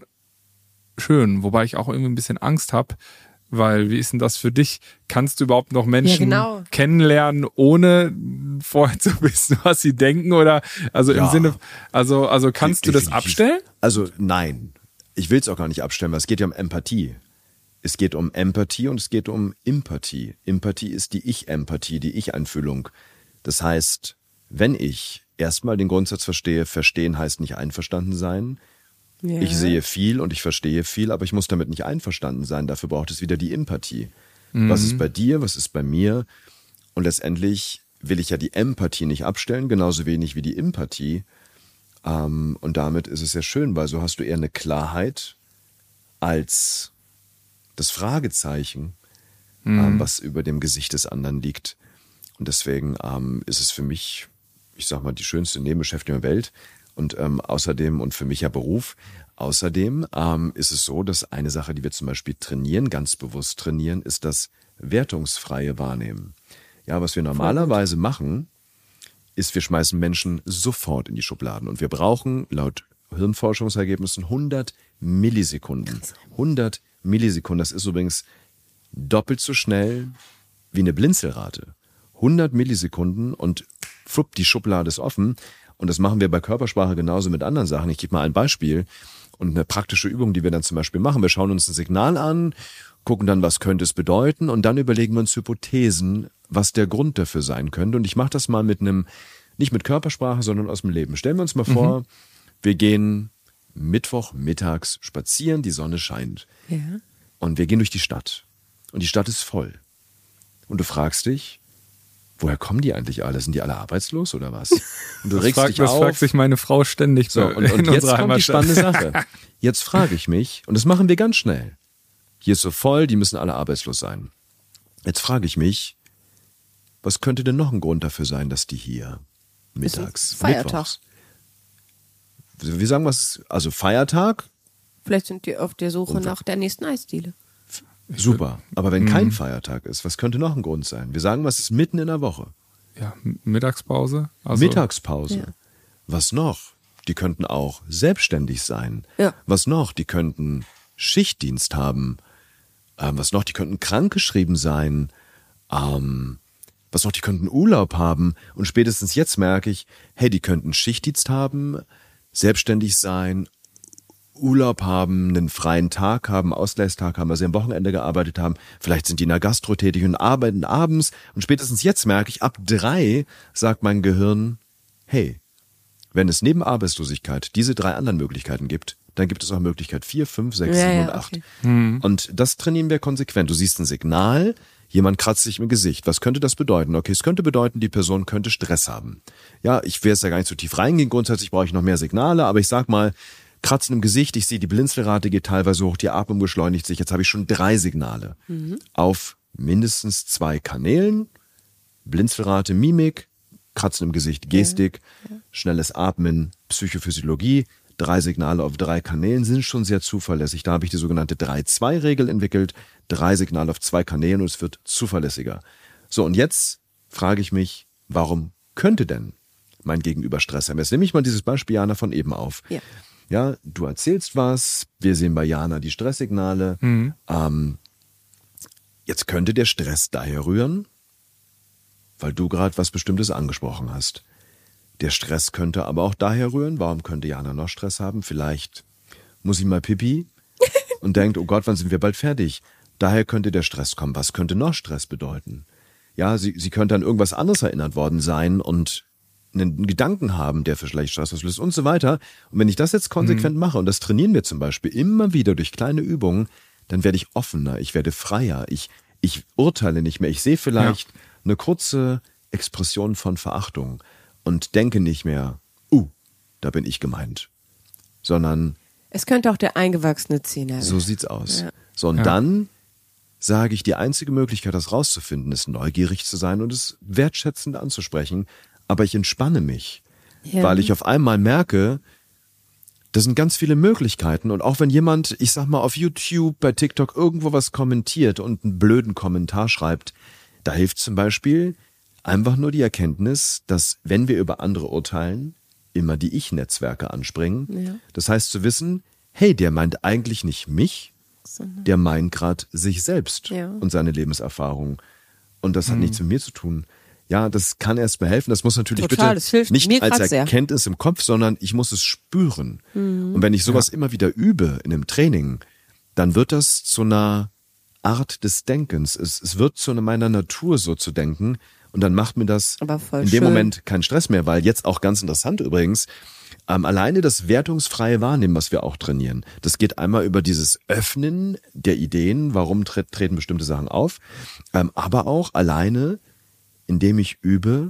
[SPEAKER 3] schön. Wobei ich auch irgendwie ein bisschen Angst habe, weil, wie ist denn das für dich? Kannst du überhaupt noch Menschen ja, genau. kennenlernen, ohne vorher zu wissen, was sie denken? Oder also ja. im Sinne, also, also kannst Definitiv. du das abstellen?
[SPEAKER 2] Also nein, ich will es auch gar nicht abstellen, weil es geht ja um Empathie. Es geht um Empathie und es geht um Empathie. Empathie ist die Ich-Empathie, die Ich-Einfühlung. Das heißt, wenn ich erstmal den Grundsatz verstehe, verstehen heißt nicht einverstanden sein. Ja. Ich sehe viel und ich verstehe viel, aber ich muss damit nicht einverstanden sein. Dafür braucht es wieder die Empathie. Mhm. Was ist bei dir, was ist bei mir? Und letztendlich will ich ja die Empathie nicht abstellen, genauso wenig wie die Empathie. Ähm, und damit ist es sehr schön, weil so hast du eher eine Klarheit als das Fragezeichen, mhm. ähm, was über dem Gesicht des anderen liegt. Und deswegen ähm, ist es für mich, ich sag mal, die schönste Nebenbeschäftigung der Welt. Und ähm, außerdem, und für mich ja Beruf, außerdem ähm, ist es so, dass eine Sache, die wir zum Beispiel trainieren, ganz bewusst trainieren, ist das wertungsfreie Wahrnehmen. Ja, was wir normalerweise machen, ist, wir schmeißen Menschen sofort in die Schubladen. Und wir brauchen laut Hirnforschungsergebnissen hundert Millisekunden. hundert Millisekunden, das ist übrigens doppelt so schnell wie eine Blinzelrate. hundert Millisekunden und flupp, die Schublade ist offen. Und das machen wir bei Körpersprache genauso mit anderen Sachen. Ich gebe mal ein Beispiel und eine praktische Übung, die wir dann zum Beispiel machen. Wir schauen uns ein Signal an, gucken dann, was könnte es bedeuten und dann überlegen wir uns Hypothesen, was der Grund dafür sein könnte. Und ich mache das mal mit einem, nicht mit Körpersprache, sondern aus dem Leben. Stellen wir uns mal vor, mhm. wir gehen Mittwoch mittags spazieren, die Sonne scheint. Ja. Und wir gehen durch die Stadt. Und die Stadt ist voll. Und du fragst dich, woher kommen die eigentlich alle? Sind die alle arbeitslos oder was? Und du
[SPEAKER 3] das
[SPEAKER 2] regst
[SPEAKER 3] fragt,
[SPEAKER 2] dich
[SPEAKER 3] das
[SPEAKER 2] auf.
[SPEAKER 3] Das fragt sich meine Frau ständig.
[SPEAKER 2] So, und, und jetzt kommt die spannende Sache. Jetzt frage ich mich, und das machen wir ganz schnell. Hier ist so voll, die müssen alle arbeitslos sein. Jetzt frage ich mich, was könnte denn noch ein Grund dafür sein, dass die hier mittags,
[SPEAKER 1] Feiertag.
[SPEAKER 2] Mittwochs, wie sagen wir es, also Feiertag?
[SPEAKER 1] Vielleicht sind die auf der Suche nach der nächsten Eisdiele.
[SPEAKER 2] Super, aber wenn kein Feiertag ist, was könnte noch ein Grund sein? Wir sagen, was ist mitten in der Woche?
[SPEAKER 3] Ja, Mittagspause. Also
[SPEAKER 2] Mittagspause. Ja. Was noch? Die könnten auch selbstständig sein.
[SPEAKER 1] Ja.
[SPEAKER 2] Was noch? Die könnten Schichtdienst haben. Ähm, was noch? Die könnten krankgeschrieben sein. Ähm, was noch? Die könnten Urlaub haben. Und spätestens jetzt merke ich, hey, die könnten Schichtdienst haben, selbstständig sein, Urlaub haben, einen freien Tag haben, Ausgleichstag haben, weil sie am Wochenende gearbeitet haben. Vielleicht sind die in der Gastro tätig und arbeiten abends. Und spätestens jetzt merke ich, ab drei sagt mein Gehirn, hey, wenn es neben Arbeitslosigkeit diese drei anderen Möglichkeiten gibt, dann gibt es auch Möglichkeit vier, fünf, sechs,
[SPEAKER 1] ja,
[SPEAKER 2] sieben
[SPEAKER 1] ja,
[SPEAKER 2] und acht.
[SPEAKER 1] Okay.
[SPEAKER 2] Und das trainieren wir konsequent. Du siehst ein Signal, Jemand kratzt sich im Gesicht. Was könnte das bedeuten? Okay, es könnte bedeuten, die Person könnte Stress haben. Ja, ich will jetzt da gar nicht so tief reingehen. Grundsätzlich brauche ich noch mehr Signale, aber ich sag mal, Kratzen im Gesicht, ich sehe, die Blinzelrate geht teilweise hoch, die Atmung beschleunigt sich. Jetzt habe ich schon drei Signale mhm. auf mindestens zwei Kanälen. Blinzelrate, Mimik, Kratzen im Gesicht, Gestik, ja. Ja. schnelles Atmen, Psychophysiologie. Drei Signale auf drei Kanälen sind schon sehr zuverlässig. Da habe ich die sogenannte drei zwei Regel entwickelt. Drei Signale auf zwei Kanälen und es wird zuverlässiger. So, und jetzt frage ich mich, warum könnte denn mein Gegenüber Stress haben? Jetzt nehme ich mal dieses Beispiel, Jana, von eben auf. Ja, ja du erzählst was, wir sehen bei Jana die Stresssignale. Mhm. Ähm, jetzt könnte der Stress daher rühren, weil du gerade was Bestimmtes angesprochen hast. Der Stress könnte aber auch daher rühren. Warum könnte Jana noch Stress haben? Vielleicht muss sie mal pipi und denkt, oh Gott, wann sind wir bald fertig? Daher könnte der Stress kommen. Was könnte noch Stress bedeuten? Ja, sie, sie könnte an irgendwas anderes erinnert worden sein und einen Gedanken haben, der vielleicht Stress auslöst und so weiter. Und wenn ich das jetzt konsequent mhm. mache, und das trainieren wir zum Beispiel immer wieder durch kleine Übungen, dann werde ich offener, ich werde freier, ich, ich urteile nicht mehr. Ich sehe vielleicht ja. eine kurze Expression von Verachtung und denke nicht mehr, uh, da bin ich gemeint, sondern
[SPEAKER 1] es könnte auch der eingewachsene Zehner.
[SPEAKER 2] So sieht's aus. Ja. So, und ja. dann sage ich, die einzige Möglichkeit, das rauszufinden, ist neugierig zu sein und es wertschätzend anzusprechen, aber ich entspanne mich, ja. weil ich auf einmal merke, das sind ganz viele Möglichkeiten und auch wenn jemand, ich sag mal, auf YouTube, bei TikTok irgendwo was kommentiert und einen blöden Kommentar schreibt, da hilft zum Beispiel einfach nur die Erkenntnis, dass wenn wir über andere urteilen, immer die Ich-Netzwerke anspringen. Ja. Das heißt zu wissen, hey, der meint eigentlich nicht mich, sondern der meint gerade sich selbst ja. und seine Lebenserfahrung. Und das mhm. hat nichts mit mir zu tun. Ja, das kann erst mal helfen. Das muss natürlich
[SPEAKER 1] Total,
[SPEAKER 2] bitte nicht als Erkenntnis sehr. Im Kopf, sondern ich muss es spüren. Mhm. Und wenn ich sowas ja. immer wieder übe in einem Training, dann wird das zu einer Art des Denkens. Es, es wird zu meiner Natur so zu denken. Und dann macht mir das in dem schön. Moment keinen Stress mehr, weil jetzt auch ganz interessant übrigens, ähm, alleine das wertungsfreie Wahrnehmen, was wir auch trainieren, das geht einmal über dieses Öffnen der Ideen, warum tre- treten bestimmte Sachen auf, ähm, aber auch alleine, indem ich übe,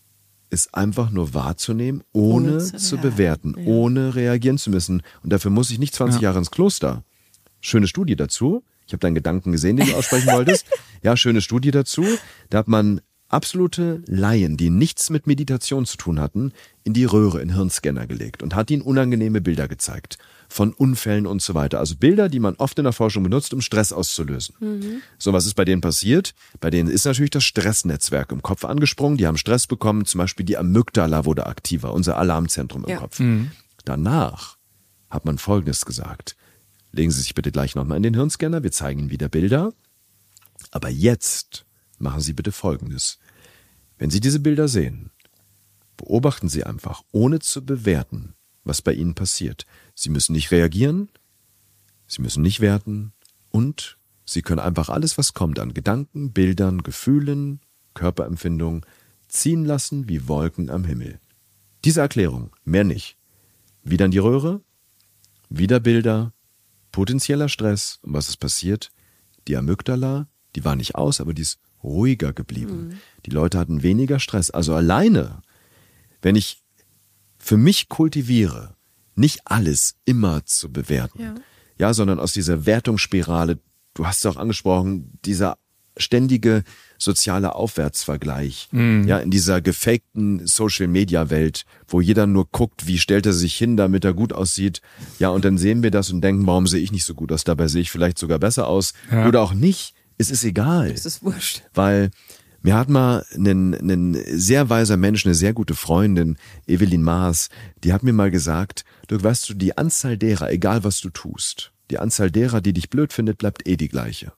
[SPEAKER 2] es einfach nur wahrzunehmen, ohne, ohne zu, zu bewerten, ja. ohne reagieren zu müssen. Und dafür muss ich nicht zwanzig ja. Jahre ins Kloster. Schöne Studie dazu. Ich habe deinen Gedanken gesehen, den du aussprechen wolltest. Ja, schöne Studie dazu. Da hat man absolute Laien, die nichts mit Meditation zu tun hatten, in die Röhre, in Hirnscanner gelegt und hat ihnen unangenehme Bilder gezeigt. Von Unfällen und so weiter. Also Bilder, die man oft in der Forschung benutzt, um Stress auszulösen. Mhm. So, was ist bei denen passiert? Bei denen ist natürlich das Stressnetzwerk im Kopf angesprungen. Die haben Stress bekommen. Zum Beispiel die Amygdala wurde aktiver, unser Alarmzentrum im ja. Kopf. Mhm. Danach hat man Folgendes gesagt. Legen Sie sich bitte gleich nochmal in den Hirnscanner. Wir zeigen Ihnen wieder Bilder. Aber jetzt machen Sie bitte Folgendes. Wenn Sie diese Bilder sehen, beobachten Sie einfach, ohne zu bewerten, was bei Ihnen passiert. Sie müssen nicht reagieren, Sie müssen nicht werten und Sie können einfach alles, was kommt an Gedanken, Bildern, Gefühlen, Körperempfindungen, ziehen lassen wie Wolken am Himmel. Diese Erklärung, mehr nicht. Wieder in die Röhre, wieder Bilder, potenzieller Stress. Und was ist passiert? Die Amygdala, die war nicht aus, aber die ist ruhiger geblieben. Mhm. Die Leute hatten weniger Stress. Also alleine, wenn ich für mich kultiviere, nicht alles immer zu bewerten, ja, ja sondern aus dieser Wertungsspirale, du hast es auch angesprochen, dieser ständige soziale Aufwärtsvergleich, mhm. ja, in dieser gefakten Social-Media-Welt, wo jeder nur guckt, wie stellt er sich hin, damit er gut aussieht, ja, und dann sehen wir das und denken, warum sehe ich nicht so gut aus, dabei sehe ich vielleicht sogar besser aus, ja. oder auch nicht, es ist egal.
[SPEAKER 1] Es ist wurscht.
[SPEAKER 2] Weil mir hat mal ein, ein sehr weiser Mensch, eine sehr gute Freundin, Evelyn Maas, die hat mir mal gesagt, du weißt du, die Anzahl derer, egal was du tust, die Anzahl derer, die dich blöd findet, bleibt eh die gleiche.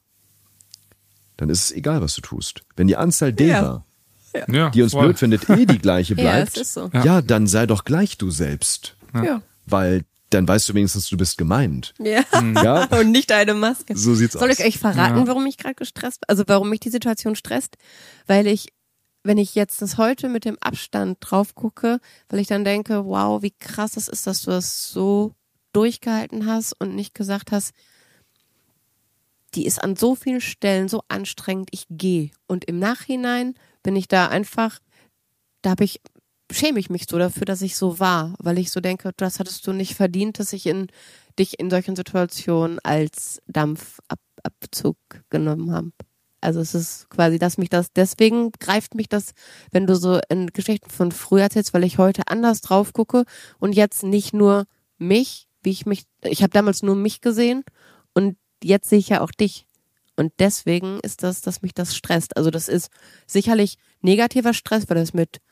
[SPEAKER 2] Dann ist es egal, was du tust. Wenn die Anzahl derer, ja. Ja. die uns voll. blöd findet, eh die gleiche bleibt,
[SPEAKER 1] ja, es ist so.
[SPEAKER 2] ja. ja, dann sei doch gleich du selbst.
[SPEAKER 1] Ja.
[SPEAKER 2] Weil dann weißt du wenigstens, du bist gemeint.
[SPEAKER 1] Ja, ja? Und nicht eine Maske.
[SPEAKER 2] So sieht's
[SPEAKER 1] Soll
[SPEAKER 2] aus.
[SPEAKER 1] Soll ich euch verraten, ja. warum ich gerade gestresst bin? Also warum mich die Situation stresst? Weil ich, wenn ich jetzt das heute mit dem Abstand drauf gucke, weil ich dann denke, wow, wie krass das ist, dass du das so durchgehalten hast und nicht gesagt hast, die ist an so vielen Stellen so anstrengend, ich gehe. Und im Nachhinein bin ich da einfach, da habe ich, schäme ich mich so dafür, dass ich so war, weil ich so denke, das hattest du nicht verdient, dass ich in, dich in solchen Situationen als Dampfabzug genommen habe. Also es ist quasi, dass mich das, deswegen greift mich das, wenn du so in Geschichten von früher erzählst, weil ich heute anders drauf gucke und jetzt nicht nur mich, wie ich mich, ich habe damals nur mich gesehen und jetzt sehe ich ja auch dich. Und deswegen ist das, dass mich das stresst. Also das ist sicherlich negativer Stress, weil das mit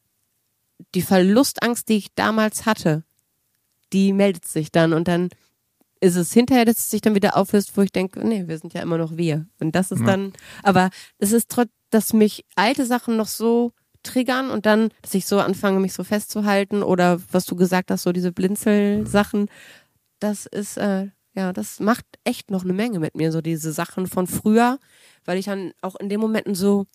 [SPEAKER 1] die Verlustangst, die ich damals hatte, die meldet sich dann und dann ist es hinterher, dass es sich dann wieder auflöst, wo ich denke, nee, wir sind ja immer noch wir. Und das ist ja. dann, aber es ist trotz, dass mich alte Sachen noch so triggern und dann, dass ich so anfange, mich so festzuhalten oder was du gesagt hast, so diese Blinzelsachen, das ist, äh, ja, das macht echt noch eine Menge mit mir, so diese Sachen von früher, weil ich dann auch in den Momenten so,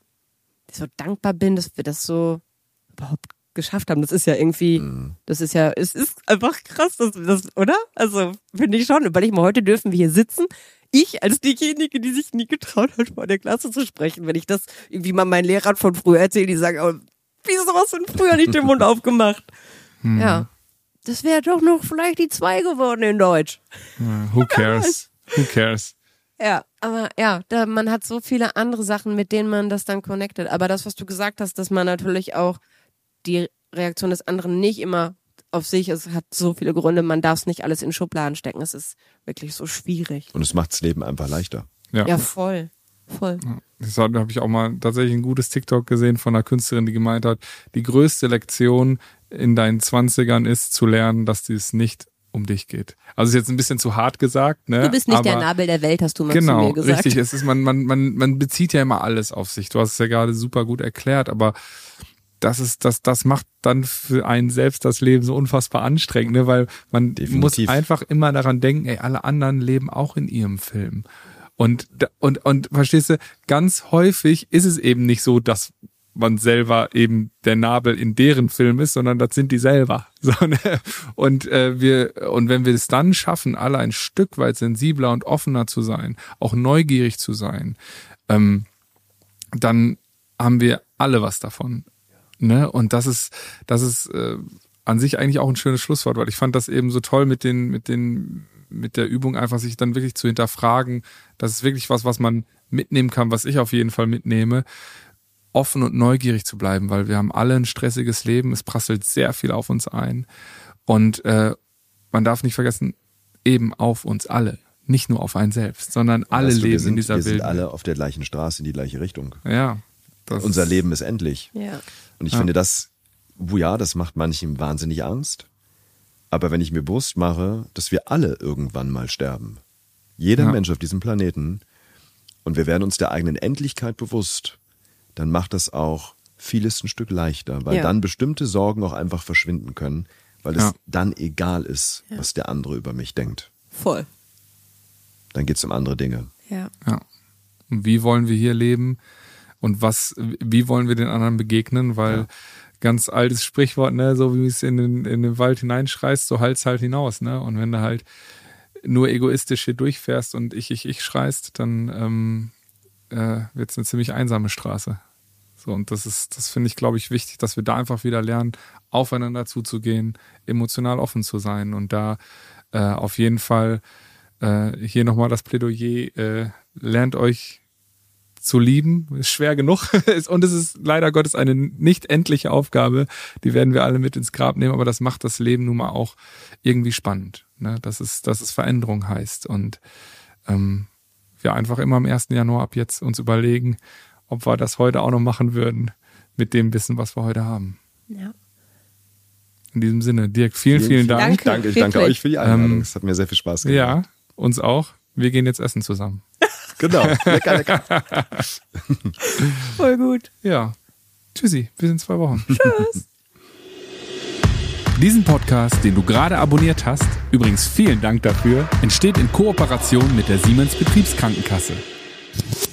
[SPEAKER 1] so dankbar bin, dass wir das so überhaupt geschafft haben. Das ist ja irgendwie, mhm. das ist ja, es ist einfach krass, das, das, oder? Also, finde ich schon. Überleg mal, heute dürfen wir hier sitzen. Ich als diejenige, die sich nie getraut hat, vor der Klasse zu sprechen, wenn ich das irgendwie mal meinen Lehrern von früher erzähle, die sagen, oh, wieso hast du denn früher nicht den Mund aufgemacht? Mhm. Ja. Das wäre doch noch vielleicht die zwei geworden in Deutsch.
[SPEAKER 3] Ja, who cares? Who cares?
[SPEAKER 1] Ja, aber ja, da, man hat so viele andere Sachen, mit denen man das dann connectet. Aber das, was du gesagt hast, dass man natürlich auch die Reaktion des anderen nicht immer auf sich ist, hat so viele Gründe, man darf es nicht alles in Schubladen stecken. Es ist wirklich so schwierig.
[SPEAKER 2] Und es macht das Leben einfach leichter.
[SPEAKER 3] Ja,
[SPEAKER 1] ja voll. Voll.
[SPEAKER 3] Ja, da habe ich auch mal tatsächlich ein gutes TikTok gesehen von einer Künstlerin, die gemeint hat, die größte Lektion in deinen Zwanzigern ist zu lernen, dass es nicht um dich geht. Also ist jetzt ein bisschen zu hart gesagt, ne?
[SPEAKER 1] Du bist nicht
[SPEAKER 3] aber
[SPEAKER 1] der Nabel der Welt, hast du mal
[SPEAKER 3] genau,
[SPEAKER 1] zu mir gesagt.
[SPEAKER 3] Genau, richtig. Es ist, man, man, man, man bezieht ja immer alles auf sich. Du hast es ja gerade super gut erklärt, aber das ist, das, das macht dann für einen selbst das Leben so unfassbar anstrengend, ne? Weil man Definitiv. muss einfach immer daran denken, ey, alle anderen leben auch in ihrem Film. Und, und, und, verstehst du, ganz häufig ist es eben nicht so, dass man selber eben der Nabel in deren Film ist, sondern das sind die selber. So, ne? Und äh, wir und wenn wir es dann schaffen, alle ein Stück weit sensibler und offener zu sein, auch neugierig zu sein, ähm, dann haben wir alle was davon. Ne? Und das ist, das ist äh, an sich eigentlich auch ein schönes Schlusswort, weil ich fand das eben so toll mit den, mit den, mit der Übung einfach sich dann wirklich zu hinterfragen. Das ist wirklich was, was man mitnehmen kann, was ich auf jeden Fall mitnehme. Offen und neugierig zu bleiben, weil wir haben alle ein stressiges Leben, es prasselt sehr viel auf uns ein und äh, man darf nicht vergessen, eben auf uns alle, nicht nur auf einen selbst, sondern alle weißt du, leben
[SPEAKER 2] sind,
[SPEAKER 3] in dieser Welt.
[SPEAKER 2] Wir sind alle auf der gleichen Straße in die gleiche Richtung.
[SPEAKER 3] Ja.
[SPEAKER 2] Das Unser Leben ist endlich.
[SPEAKER 1] Ja.
[SPEAKER 2] Und ich
[SPEAKER 3] ja.
[SPEAKER 2] finde das, ja, das macht manchen wahnsinnig Angst, aber wenn ich mir bewusst mache, dass wir alle irgendwann mal sterben, jeder ja. Mensch auf diesem Planeten, und wir werden uns der eigenen Endlichkeit bewusst, dann macht das auch vieles ein Stück leichter, weil ja. dann bestimmte Sorgen auch einfach verschwinden können, weil es ja. dann egal ist, ja. was der andere über mich denkt.
[SPEAKER 1] Voll.
[SPEAKER 2] Dann geht es um andere Dinge.
[SPEAKER 1] Ja.
[SPEAKER 3] ja. Und wie wollen wir hier leben und was, wie wollen wir den anderen begegnen, weil ja. ganz altes Sprichwort, ne, so wie es in den, in den Wald hineinschreist, so halt's halt hinaus, ne, und wenn du halt nur egoistisch hier durchfährst und ich, ich, ich schreist, dann ähm, äh, wird es eine ziemlich einsame Straße. So, und das ist, das finde ich, glaube ich, wichtig, dass wir da einfach wieder lernen, aufeinander zuzugehen, emotional offen zu sein und da äh, auf jeden Fall äh, hier nochmal das Plädoyer, äh, lernt euch zu lieben, ist schwer genug und es ist leider Gottes eine nicht endliche Aufgabe, die werden wir alle mit ins Grab nehmen, aber das macht das Leben nun mal auch irgendwie spannend, ne? dass es, dass es Veränderung heißt und ähm, wir einfach immer am ersten Januar ab jetzt uns überlegen, ob wir das heute auch noch machen würden mit dem Wissen, was wir heute haben.
[SPEAKER 1] Ja.
[SPEAKER 3] In diesem Sinne, Dirk, vielen, vielen, vielen Dank.
[SPEAKER 1] Danke,
[SPEAKER 2] danke ich danke
[SPEAKER 1] wirklich.
[SPEAKER 2] euch für die Einladung. Es ähm, hat mir sehr viel Spaß gemacht.
[SPEAKER 3] Ja, uns auch. Wir gehen jetzt essen zusammen.
[SPEAKER 2] Genau, lecker, lecker.
[SPEAKER 1] Voll gut.
[SPEAKER 3] Ja. Tschüssi, bis in zwei Wochen.
[SPEAKER 1] Tschüss.
[SPEAKER 3] Diesen Podcast, den du gerade abonniert hast, übrigens vielen Dank dafür, entsteht in Kooperation mit der Siemens Betriebskrankenkasse.